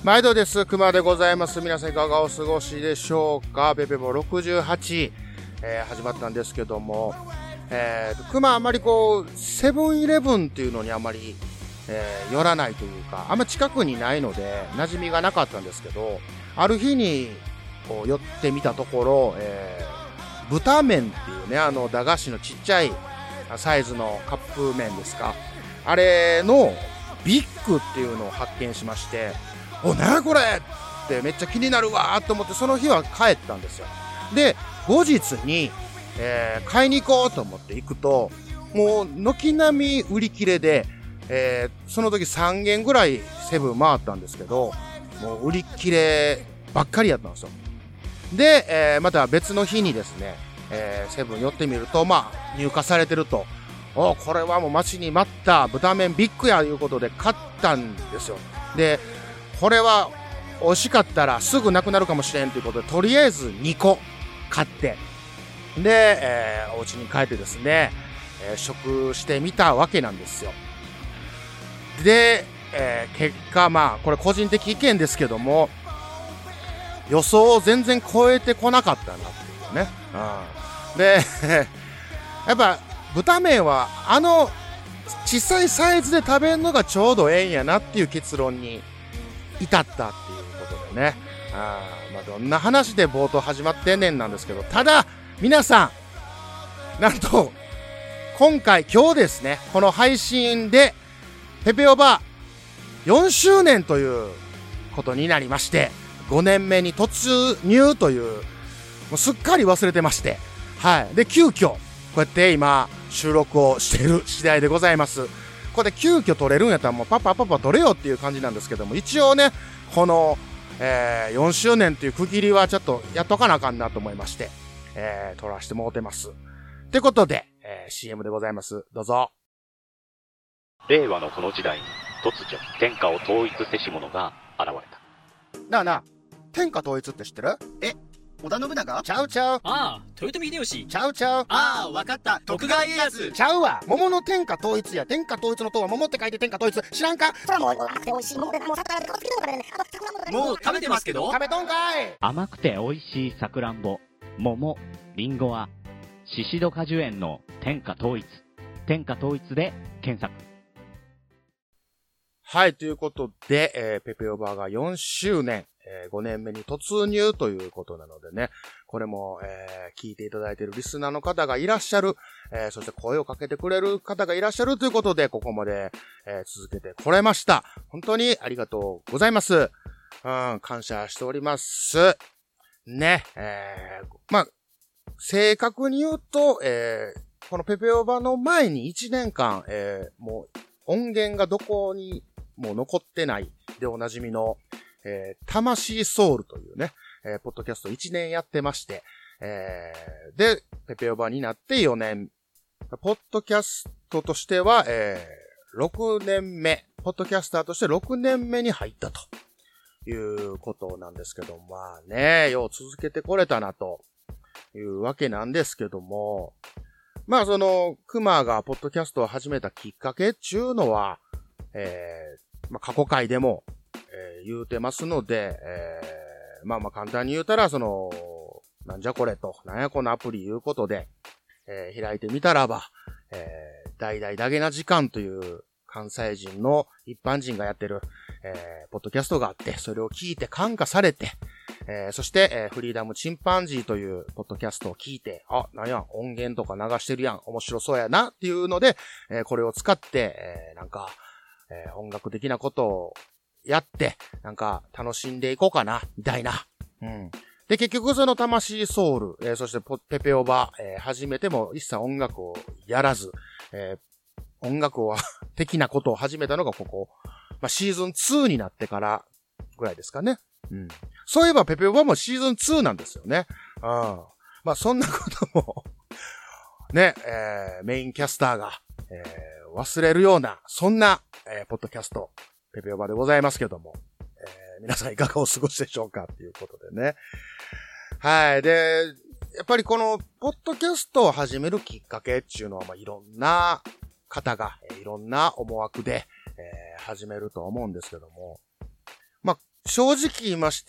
毎度です。熊でございます。皆さんいかがお過ごしでしょうか。ペペボ68、始まったんですけども、熊あまりセブンイレブンっていうのにあまり、寄らないというか、あんま近くにないので馴染みがなかったんですけど、ある日に寄ってみたところ、豚麺っていうね、駄菓子のちっちゃいサイズのカップ麺ですか、あれのビッグっていうのを発見しまして、なにこれってめっちゃ気になるわーと思って、その日は帰ったんですよ。で、後日に、買いに行こうと思って行くと、もう軒並み売り切れで、その時3軒ぐらいセブン回ったんですけど、もう売り切ればっかりやったんですよ。で、また別の日にですね、セブン寄ってみると、入荷されてると、これはもう待ちに待った豚麺ビッグやいうことで買ったんですよ。で、これは美味しかったらすぐなくなるかもしれんということで、とりあえず2個買って、で、お家に帰ってですね、食してみたわけなんですよ。で、結果これ個人的意見ですけども、予想を全然超えてこなかったなっていうね。で、やっぱ豚麺は小さいサイズで食べるのがちょうどええんやなっていう結論に至ったっていうことでね。どんな話で冒頭始まってんねんなんですけど、ただ皆さん、なんと今日ですね、この配信でペペオバ4周年ということになりまして、5年目に突入という、もうすっかり忘れてまして、はい。で、急遽こうやって今収録をしている次第でございます。これで急遽撮れるんやったらもうパパ撮れよっていう感じなんですけども、一応ね、この、4周年という区切りはちょっとやっとかなあかんなと思いまして、撮らせてもらってます。ってことで、CM でございます。どうぞ。 令和のこの時代に突如天下を統一せし者が現れた。 なあなあ、天下統一って知ってる？ 織田信長？ ちゃうちゃう。 ああ、豊臣秀吉。 ちゃうちゃう。 ああ、わかった。徳川家康。 ちゃうわ。桃の天下統一や。天下統一の塔は桃って書いて天下統一。知らんか？ それはもう甘くて美味しい桃で、もう桜で顔つけてるからね。 もう食べてますけど。 食べとんかい。 甘くて美味しいさくらんぼ、桃、りんごは宍戸果樹園の天下統一。天下統一で検索。 はい、ということで、ペペオバが4周年、5年目に突入ということなのでね、これも、聞いていただいているリスナーの方がいらっしゃる、そして声をかけてくれる方がいらっしゃるということで、ここまで、続けてこれました。本当にありがとうございます。感謝しております。ね、正確に言うと、このペペオバの前に1年間、もう音源がどこにもう残ってないでおなじみの、魂ソウルというね、ポッドキャスト1年やってまして、で、ペペオバになって4年。ポッドキャストとしては、6年目。ポッドキャスターとして6年目に入ったということなんですけど、よう続けてこれたなというわけなんですけども、熊がポッドキャストを始めたきっかけっていうのは、過去回でも、言うてますので、簡単に言うたら、なんじゃこれと、なんやこのアプリいうことで、開いてみたらば、大々だげな時間という関西人の一般人がやってる、ポッドキャストがあって、それを聞いて感化されて、そして、フリーダムチンパンジーというポッドキャストを聞いて、なんや、音源とか流してるやん、面白そうやなっていうので、これを使って、音楽的なことをやって、楽しんでいこうかな、みたいな。で、結局その魂ソウル、そしてペペオバ、始めても一切音楽をやらず、音楽を的なことを始めたのがここ、シーズン2になってからぐらいですかね。そういえばペペオバもシーズン2なんですよね。そんなこともね、メインキャスターが、忘れるような、そんな、ポッドキャスト、ペペオバでございますけども、皆さんいかがお過ごしでしょうかっていうことでね。はい。で、やっぱりこの、ポッドキャストを始めるきっかけっていうのは、いろんな方が、いろんな思惑で、始めると思うんですけども、 正直言いまして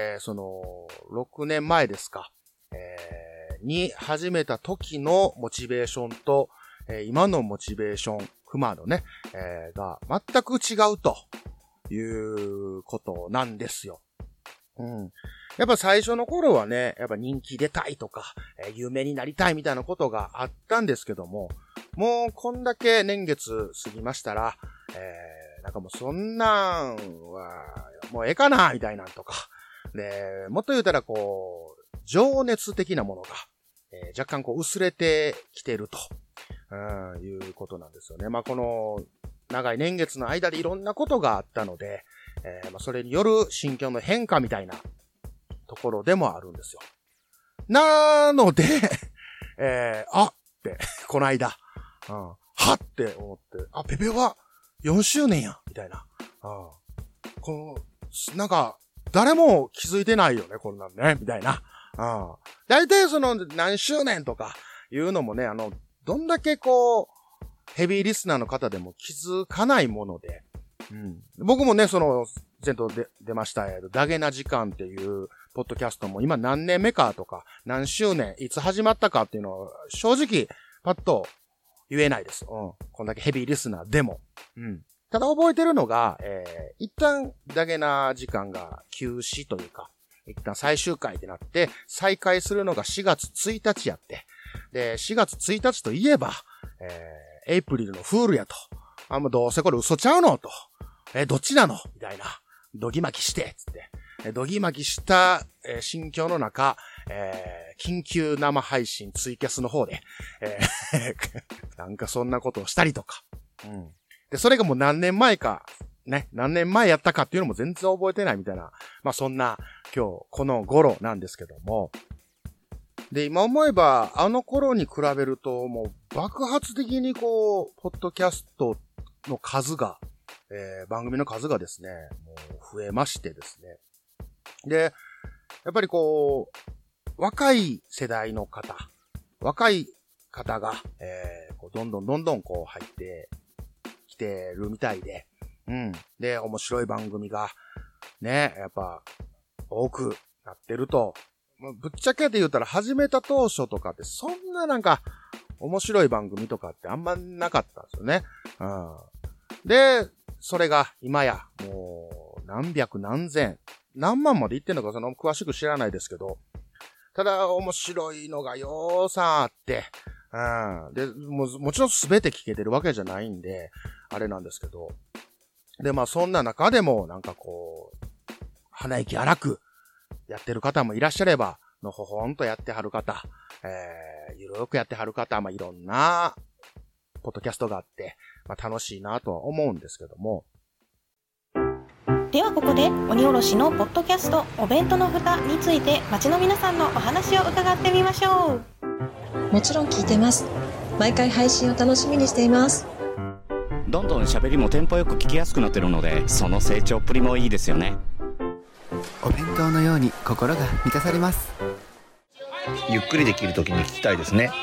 、6年前ですか、に始めた時のモチベーションと、今のモチベーション、熊のね、が全く違うということなんですよ。うん。やっぱ最初の頃はね、やっぱ人気出たいとか、有名になりたいみたいなことがあったんですけども、もうこんだけ年月過ぎましたら、なんかもうそんなんは、もうええかなみたいなんとか。で、もっと言うたらこう、情熱的なものが、若干こう薄れてきてると、いうことなんですよね。まあこの長い年月の間でいろんなことがあったので、まあそれによる心境の変化みたいなところでもあるんですよ。なので、あって、この間、はって思って、ペペは4周年やみたいな。この、なんか、誰も気づいてないよね、こんなんね、みたいな。大体その何周年とかいうのもね、どんだけこう、ヘビーリスナーの方でも気づかないもので、僕もね、前頭で出ました、ダゲな時間っていう、ポッドキャストも今何年目かとか、何周年、いつ始まったかっていうのを、正直、パッと言えないです。こんだけヘビーリスナーでも。ただ覚えてるのが、一旦ダゲな時間が休止というか、一旦最終回ってなって、再開するのが4月1日やって、で、4月1日といえば、エイプリルのフールやと。もうどうせこれ嘘ちゃうのと。どっちなのみたいな。ドギマキして、つって。ドギマキした、心境の中、緊急生配信ツイキャスの方で、なんかそんなことをしたりとか。で、それがもう何年前か、ね、何年前やったかっていうのも全然覚えてないみたいな、まあそんな今日この頃なんですけども。で、今思えばあの頃に比べるともう爆発的にこう、ポッドキャストの数が、番組の数がですね、もう増えましてですね。で、やっぱりこう、若い世代の方、若い方が、こうどんどんこう入ってきてるみたいで、で、面白い番組が、ね、やっぱ、多くなってると、ぶっちゃけで言うたら始めた当初とかってそんななんか、面白い番組とかってあんまなかったんですよね。で、それが今や、もう、何百何千、何万までいってんのか詳しく知らないですけど、ただ面白いのがよーさんあって、で、もちろん全て聞けてるわけじゃないんで、あれなんですけど、で、まあそんな中でもなんかこう、鼻息荒くやってる方もいらっしゃれば、のほほんとやってはる方、ゆるくやってはる方、まあいろんな、ポッドキャストがあって、まあ楽しいなとは思うんですけども。 ではここで、鬼おろしのポッドキャスト、お弁当の蓋について、街の皆さんのお話を伺ってみましょう。 もちろん聞いてます。毎回配信を楽しみにしています。 どんどん喋りもテンポよく聞きやすくなってるので、その成長っぷりもいいですよね。 お弁当のように心が満たされます。 ゆっくりできるときに聞きたいですね。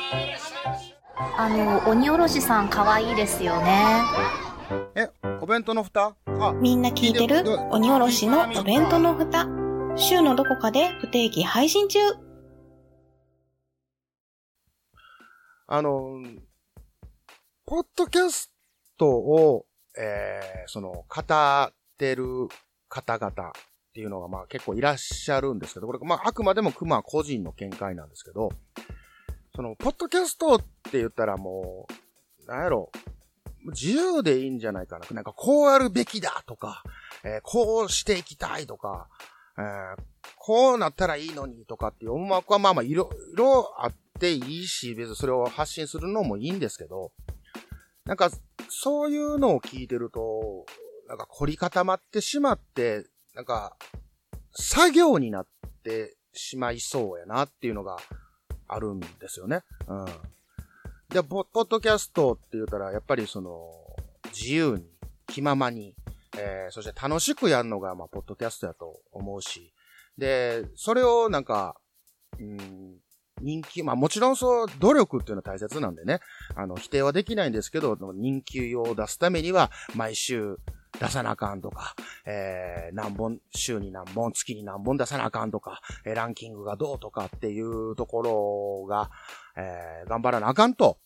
鬼おろしさん可愛いですよね。 お弁当の蓋？ みんな聞いてる鬼おろしのお弁当の蓋。週のどこかで不定期配信中。 ポッドキャストを、語ってる方々っていうのがまあ結構いらっしゃるんですけど、これまああくまでも熊個人の見解なんですけど、ポッドキャストって言ったらもう、なんやろ、自由でいいんじゃないかな。なんかこうあるべきだとか、こうしていきたいとか、こうなったらいいのにとかっていう思惑はまあいろいろあっていいし、別にそれを発信するのもいいんですけど、なんかそういうのを聞いてると、なんか凝り固まってしまって、なんか作業になってしまいそうやなっていうのがあるんですよね。で、ポッドキャストって言ったら、やっぱり自由に、気ままに、そして楽しくやるのが、まあ、ポッドキャストやと思うし、で、それをなんか、人気、まあもちろん努力っていうのは大切なんでね、否定はできないんですけど、人気を出すためには、毎週、 出さなあかんとか、何本、週に何本、月に何本出さなあかんとか、ランキングがどうとかっていうところが、頑張らなあかんと。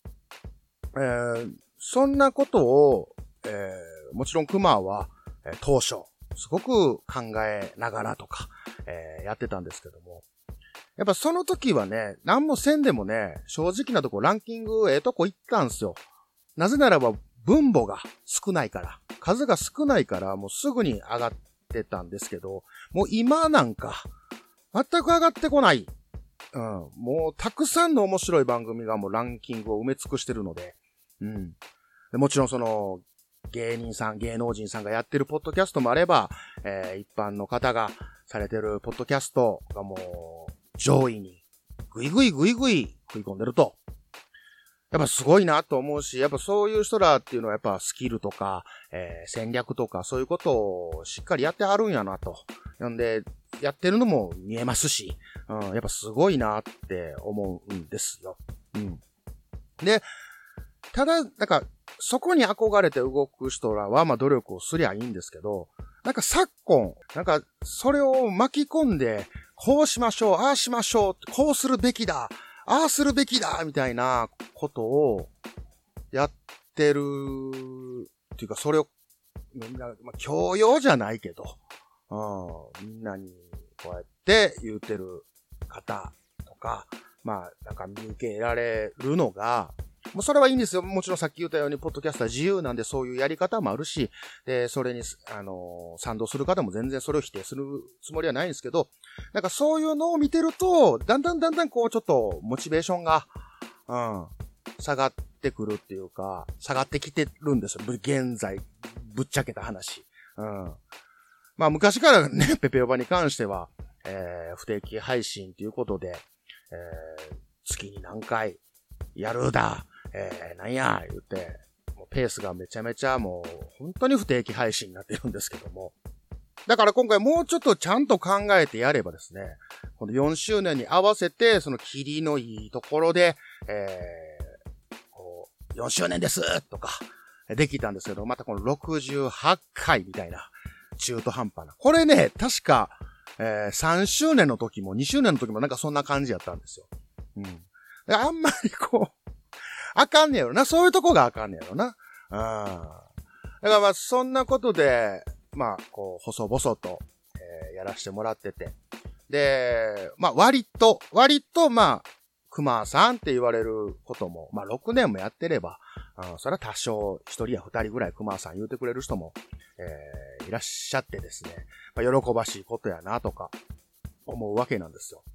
そんなことを、もちろん熊は、当初、すごく考えながらとか、やってたんですけども。やっぱその時はね、何もせんでもね、正直なとこランキングとこ行ったんすよ。なぜならば分母が少ないから、数が少ないからもうすぐに上がってたんですけど、もう今なんか、全く上がってこない。もうたくさんの面白い番組がもうランキングを埋め尽くしてるので、でもちろんその、芸能人さんがやってるポッドキャストもあれば、一般の方がされてるポッドキャストがもう上位にぐいぐい食い込んでると。やっぱすごいなと思うし、やっぱそういう人らっていうのはやっぱスキルとか、戦略とかそういうことをしっかりやってはるんやなと。なんで、やってるのも見えますし、やっぱすごいなって思うんですよ。で、ただ、なんか、そこに憧れて動く人らは、まあ努力をすりゃいいんですけど、なんか昨今、なんか、それを巻き込んで、こうしましょう、ああしましょう、こうするべきだ、ああするべきだ、みたいなことをやってる、っていうか、それを、みんな、まあ、教養じゃないけど、みんなにこうやって言うてる方とか、まあ、なんか見受けられるのが、もうそれはいいんですよ。もちろんさっき言ったように、ポッドキャスター自由なんでそういうやり方もあるし、で、それに、賛同する方も全然それを否定するつもりはないんですけど、なんかそういうのを見てると、だんだんこうちょっとモチベーションが、下がってくるっていうか、下がってきてるんですよ。現在、ぶっちゃけた話。まあ昔からね、ペペオバに関しては、不定期配信ということで、月に何回やるだ、なんや、言って、もうペースがめちゃめちゃもう、本当に不定期配信になってるんですけども。だから今回もうちょっとちゃんと考えてやればですね、この4周年に合わせて、その切りのいいところで、こう、4周年ですとか、できたんですけど、またこの68回みたいな、中途半端な。これね、確か、3周年の時も2周年の時もなんかそんな感じやったんですよ。あんまりこう、あかんねやろな。そういうとこがあかんねやろな。だからまあ、そんなことで、まあ、こう、細々と、やらしてもらってて。で、まあ、割と、まあ、熊さんって言われることも、まあ、6年もやってれば、それは多少、1人や2人ぐらい熊さん言うてくれる人も、いらっしゃってですね。まあ、喜ばしいことやな、とか、思うわけなんですよ。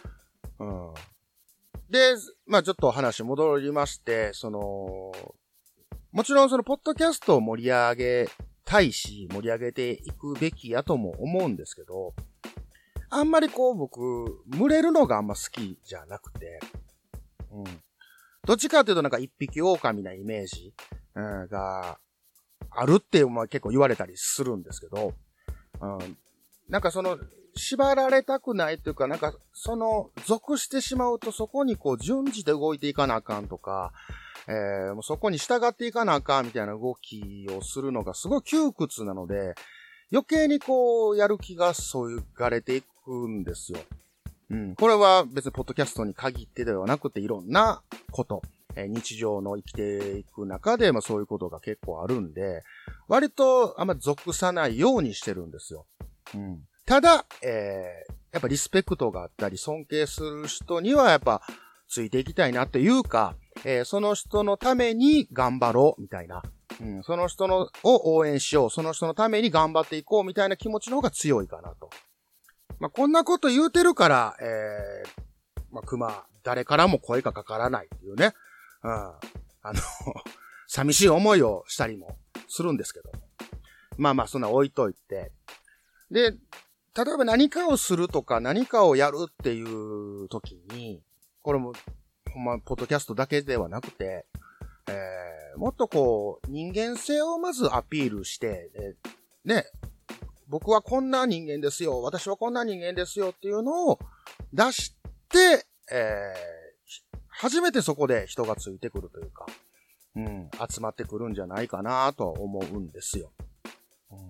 で、まあちょっと話戻りまして、もちろんそのポッドキャストを盛り上げたいし、盛り上げていくべきやとも思うんですけど、あんまりこう僕、群れるのがあんま好きじゃなくて、どっちかというとなんか一匹狼なイメージ、があるっていうのは結構言われたりするんですけど、なんか縛られたくないというか、なんか、属してしまうとそこにこう、順次で動いていかなあかんとか、もうそこに従っていかなあかんみたいな動きをするのがすごい窮屈なので、余計にこう、やる気がそがれていくんですよ。これは別にポッドキャストに限ってではなくていろんなこと、日常の生きていく中で、まあそういうことが結構あるんで、割とあんま属さないようにしてるんですよ。ただ、やっぱリスペクトがあったり尊敬する人にはやっぱついていきたいなっていうか、その人のために頑張ろうみたいな、その人を応援しよう、その人のために頑張っていこうみたいな気持ちの方が強いかなと。まあ、こんなこと言うてるから、まあ、熊、誰からも声がかからないっていうね、寂しい思いをしたりもするんですけど。まあまあ、そんな置いといて。で、例えば何かをするとか何かをやるっていう時に、これも、ほんま、ポッドキャストだけではなくて、もっとこう、人間性をまずアピールして、ね、僕はこんな人間ですよ、私はこんな人間ですよっていうのを出して、初めてそこで人がついてくるというか、集まってくるんじゃないかなとは思うんですよ。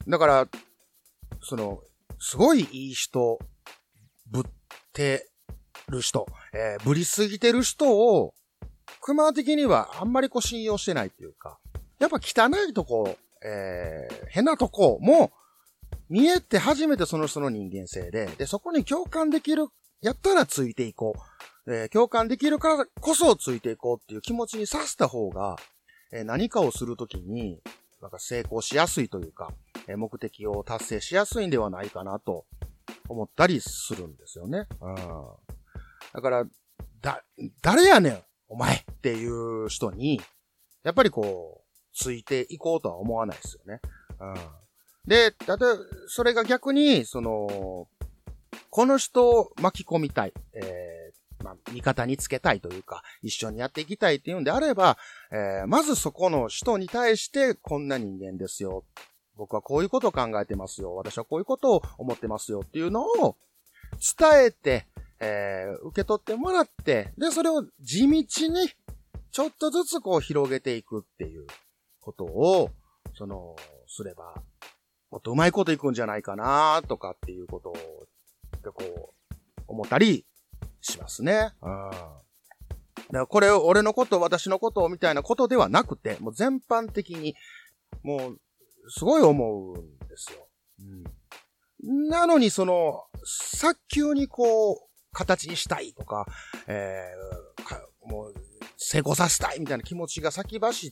だから、すごいいい人、ぶってる人、ぶりすぎてる人を、熊的にはあんまり信用してないっていうか、やっぱ汚いとこ、変なとこも、見えて初めてその人の人間性で、そこに共感できる、やったらついていこう。共感できるからこそついていこうっていう気持ちにさせた方が、何かをするときに、なんか成功しやすいというか、目的を達成しやすいんではないかなと思ったりするんですよね。だから、誰やねんお前っていう人に、やっぱりついていこうとは思わないですよね。で、例えば、それが逆に、この人を巻き込みたい、味方につけたいというか、一緒にやっていきたいっていうんであれば、まずそこの人に対して、こんな人間ですよ。僕はこういうことを考えてますよ。私はこういうことを思ってますよっていうのを伝えて、受け取ってもらって、で、それを地道にちょっとずつ広げていくっていうことを、すれば、もっとうまいこといくんじゃないかなとかっていうことを、思ったりしますね。だからこれを俺のこと、私のことみたいなことではなくて、もう全般的に、もう、すごい思うんですよ。なのに早急に形にしたいとか、もう、成功させたいみたいな気持ちが先走って、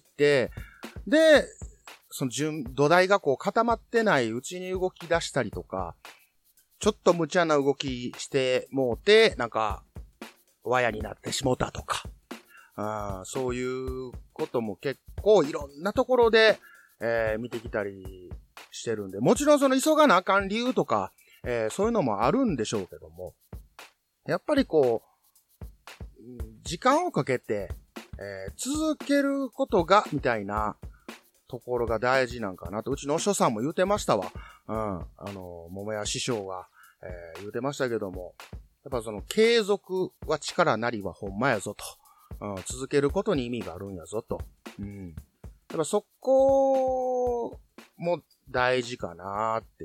で、土台が固まってないうちに動き出したりとか、ちょっと無茶な動きしてもうて、なんか、ワヤになってしもたとか、そういうことも結構いろんなところで、見てきたりしてるんで、もちろん急がなあかん理由とか、そういうのもあるんでしょうけども、やっぱり時間をかけて、続けることが、みたいなところが大事なんかなと、うちのお師匠さんも言うてましたわ。桃屋師匠が、言うてましたけども、やっぱ継続は力なりはほんまやぞと。続けることに意味があるんやぞと。やっぱそこも大事かなっていう。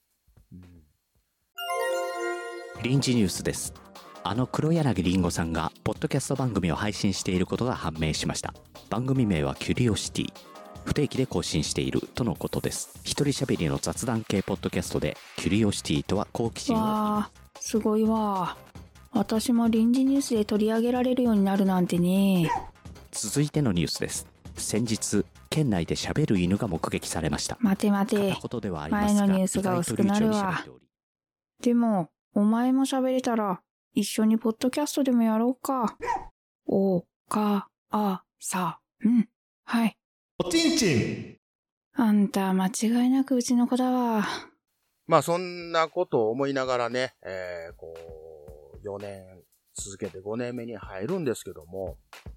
臨時ニュースです。黒柳りんごさんがポッドキャスト番組を配信していることが判明しました。番組名はキュリオシティ。不定期で更新しているとのことです。一人喋りの雑談系ポッドキャストで、キュリオシティとは好奇心を。 わー、すごいわ。私も臨時ニュースで取り上げられるようになるなんてね。 続いてのニュースです。先日、県内で喋る犬が目撃されました。 待て、前のニュースが薄くなるわ。でも、お前も喋れたら、一緒にポッドキャストでもやろうか。はい。 おちんちん。 あんた間違いなくうちの子だわ。 まあそんなことを思いながらね、4年続けて5年目に入るんですけども、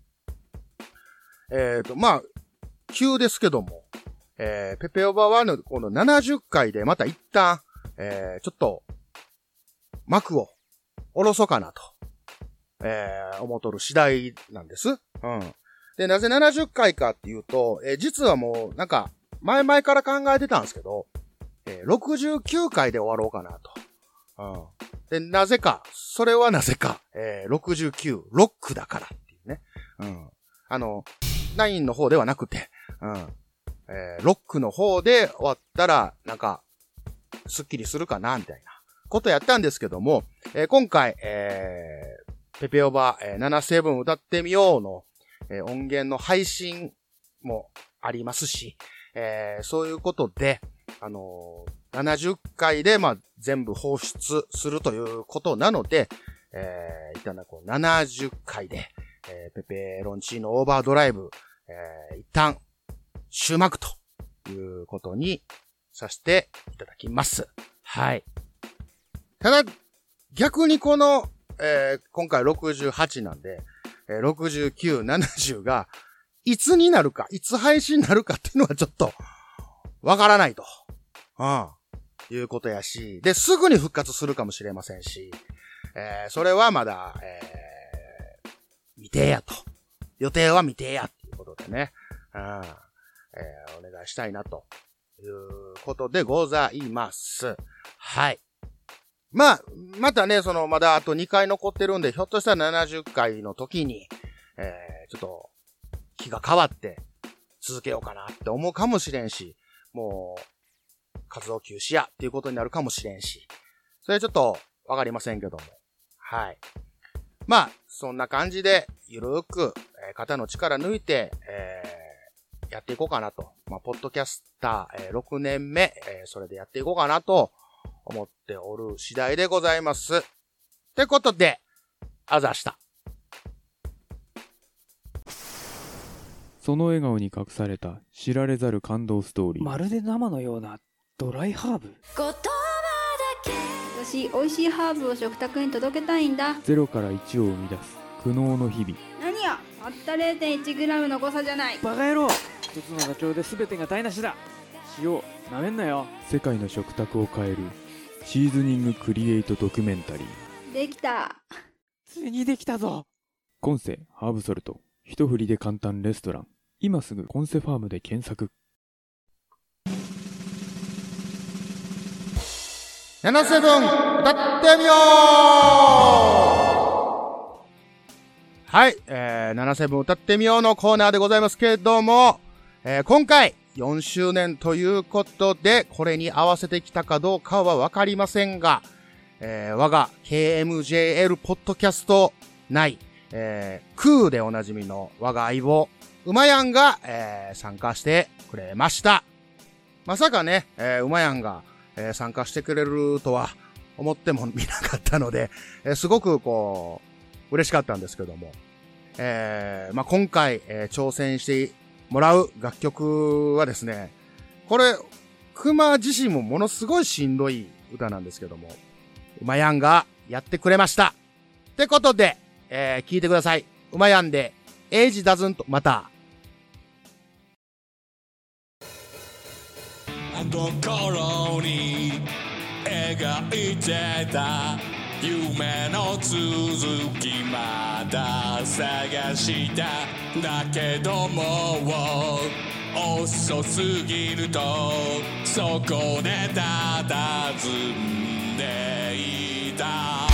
まあ、急ですけども、ペペオバ1のこの70回でまた一旦、ちょっと、幕を下ろそうかなと、思っとる次第なんです。で、なぜ70回かっていうと、実はもう、なんか、前々から考えてたんですけど、69回で終わろうかなと。で、なぜか、それはなぜか、69、ロックだからっていうね。9の方ではなくて、ロックの方で終わったら、なんか、スッキリするかな、みたいなことやったんですけども、今回、ペペオバ77歌ってみようの、音源の配信もありますし、そういうことで、70回で、まあ、全部放出するということなので、一旦70回で、ペペロンチーノオーバードライブ、一旦終幕ということにさせていただきます。はい。ただ、逆にこの、今回68なんで、69、70が、いつになるか、いつ配信になるかっていうのはちょっと、わからないと。いうことやし、で、すぐに復活するかもしれませんし、それはまだ、未定やと。予定は未定やっていうことでね、お願いしたいなということでございます。はい。まあ、またね、まだあと2回残ってるんで、ひょっとしたら70回の時に、ちょっと、気が変わって続けようかなって思うかもしれんし、もう、活動休止やっていうことになるかもしれんし、それちょっとわかりませんけども。はい。まあ、そんな感じで、ゆるーく、肩の力抜いて、やっていこうかなと。まあ、ポッドキャスター、6年目、それでやっていこうかなと思っておる次第でございます。ってことで、あざした。 その笑顔に隠された知られざる感動ストーリー。 まるで生のようなドライハーブ。 言葉だけ。私、美味しいハーブを食卓に届けたいんだ。 ゼロから1を生み出す苦悩の日々。 何や、たった 0.1g の誤差じゃない。 バカ野郎。一つのダチョウで全てが台無しだ。塩、なめんなよ。 世界の食卓を変えるシーズニングクリエイトドキュメンタリー。 できた。 ついにできたぞ。 コンセハーブソルト、一振りで簡単レストラン。今すぐコンセファームで検索。 77歌ってみよう。はい、77歌ってみようのコーナーでございますけれども、今回4周年ということで、これに合わせてきたかどうかはわかりませんが、我が KMJL ポッドキャスト内、クーでおなじみの我が相棒、うまやんが、参加してくれました。まさかね、うまやんが、参加してくれるとは思ってもみなかったので、すごくこう、嬉しかったんですけども、まあ、今回、挑戦してもらう楽曲はですね、これ、熊自身もものすごいしんどい歌なんですけども、うまやんがやってくれました。ってことで、聞いてください。うまやんで、Age Doesn't Matter。 あの頃に描いてた夢の続きまだ探しただけども遅すぎるとそこでたたずんでいた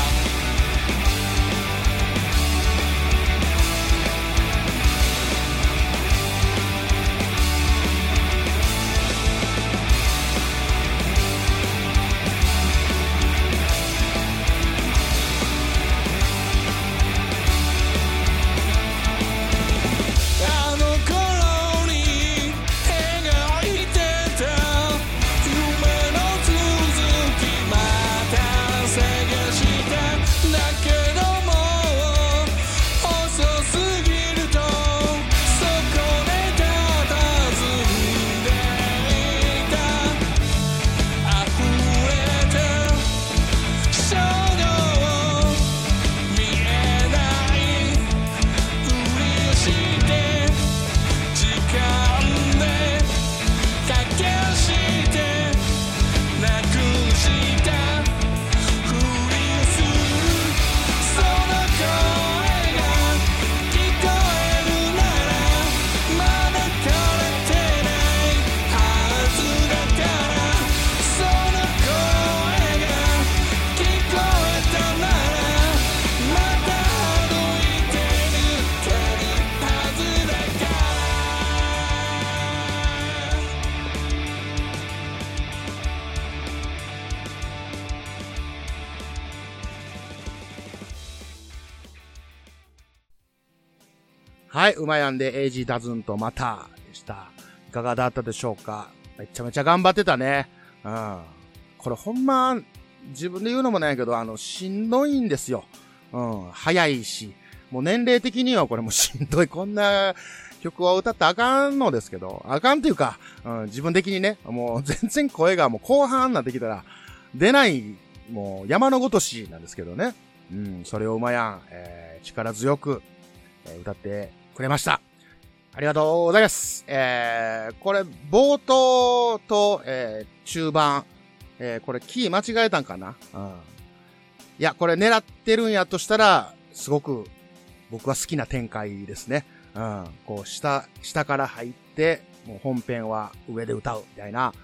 はい、うまやんで Age Doesn't Matter でした。いかがだったでしょうか。めちゃめちゃ頑張ってたね。うん。これほんま、自分で言うのもないけど、しんどいんですよ。うん。早いし。もう年齢的にはこれもしんどい。こんな曲を歌ってあかんのですけど、あかんっていうか、自分的にね、もう全然声がもう後半になってきたら、出ない、もう山のごとしなんですけどね。うん。それをうまやん、力強く、歌ってくれました。ありがとうございます。これ、冒頭と、中盤、これ、キー間違えたんかな？うん。いや、これ狙ってるんやとしたら、すごく、僕は好きな展開ですね。うん。こう、下から入って、もう本編は上で歌う、みたいな、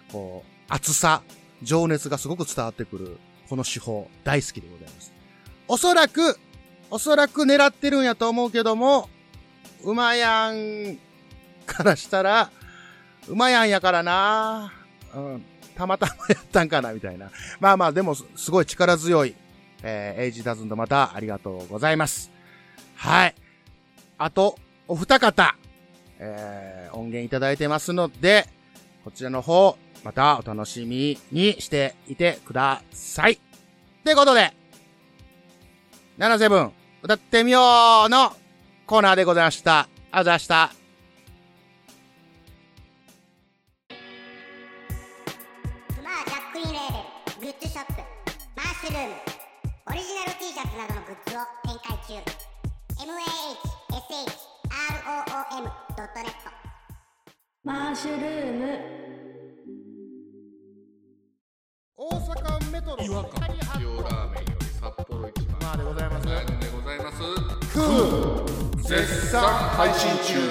こう、熱さ、情熱がすごく伝わってくる、この手法、大好きでございます。おそらく狙ってるんやと思うけども、馬やんからしたら、馬やんやからな、たまたまやったんかな、みたいな。まあまあ、でも、すごい力強い、エイジダズンとまたありがとうございます。はい。あと、お二方、音源いただいてますので、こちらの方、またお楽しみにしていてください。ということで、77歌ってみようのコーナーでございました。ありがとうございました。 スマージャックインレーベルグッズショップマッシュルームオリジナル T シャツなどのグッズを展開中。 mahshroom.net マッシュルーム大阪メトロ違和感塩ラーメンより札幌一番まあでございます。 でございます。 絶賛配信中。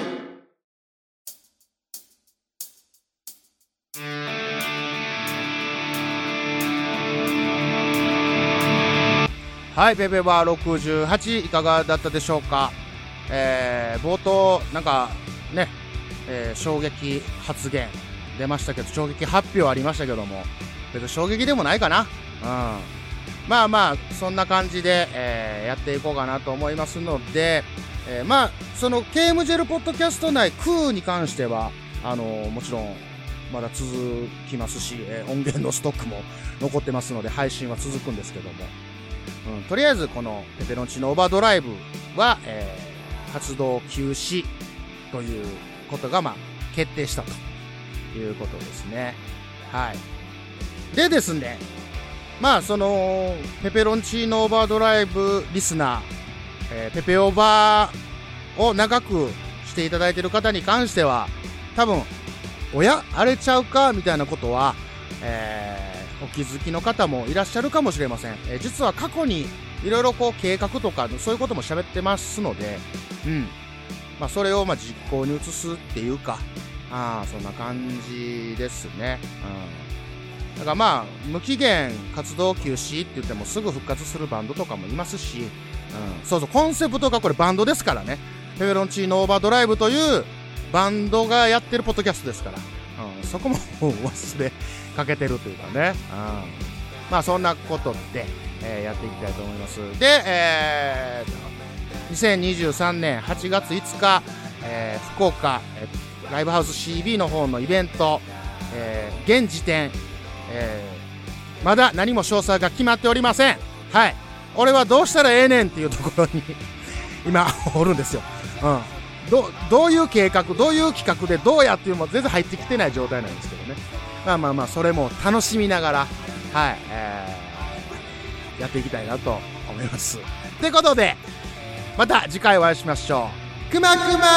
はい、ペペバー68いかがだったでしょうか。冒頭なんかね、衝撃発言出ましたけど、衝撃発表ありましたけども、別に衝撃でもないかな。まあまあそんな感じで、やっていこうかなと思いますので、まあそのケームジェルポッドキャスト内空に関してはもちろんまだ続きますし、音源のストックも残ってますので配信は続くんですけども、とりあえずこのペペロンチーノオーバードライブは、活動休止ということがまあ決定したということですね。はい。でですね、まあそのペペロンチーノオーバードライブリスナー、ペペオーバーを長くしていただいている方に関しては多分おやあれちゃうかみたいなことは、お気づきの方もいらっしゃるかもしれません。実は過去にいろいろこう計画とかそういうことも喋ってますので、まあそれをまあ実行に移すっていうか、そんな感じですね。だからまあ無期限活動休止って言ってもすぐ復活するバンドとかもいますし、そうそう、コンセプトがこれバンドですからね。ペペロンチーノオーバードライブというバンドがやってるポッドキャストですから、そこも忘れかけてるというかね。まあそんなことで、やっていきたいと思います。で、2023年8月5日、福岡、ライブハウス CB の方のイベント、現時点、まだ何も詳細が決まっておりません。はい。俺はどうしたらええねんっていうところに今おるんですよ。どういう計画、どういう企画でどうやっていうのも全然入ってきてない状態なんですけどね。まあそれも楽しみながら、はい、やっていきたいなと思います。ということで、また次回お会いしましょう。くまくま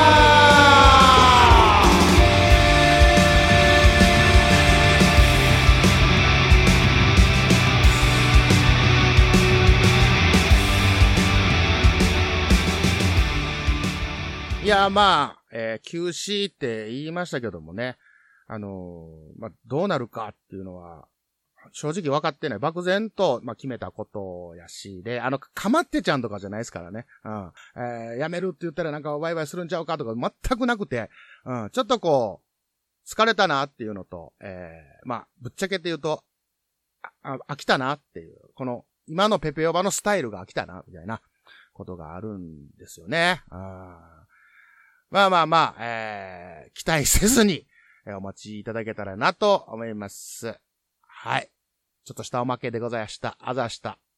いや、まあ、休止って言いましたけどもね、まあ、どうなるかっていうのは、正直分かってない。漠然と、まあ、決めたことやし、で、かまってちゃんとかじゃないですからね。辞めるって言ったらなんかワイワイするんちゃうかとか全くなくて、ちょっとこう、疲れたなっていうのと、まあ、ぶっちゃけて言うと、飽きたなっていう、この、今のペペオバのスタイルが飽きたな、みたいなことがあるんですよね。まあ、期待せずに、お待ちいただけたらなと思います。はい。ちょっとしたおまけでございました。あざした。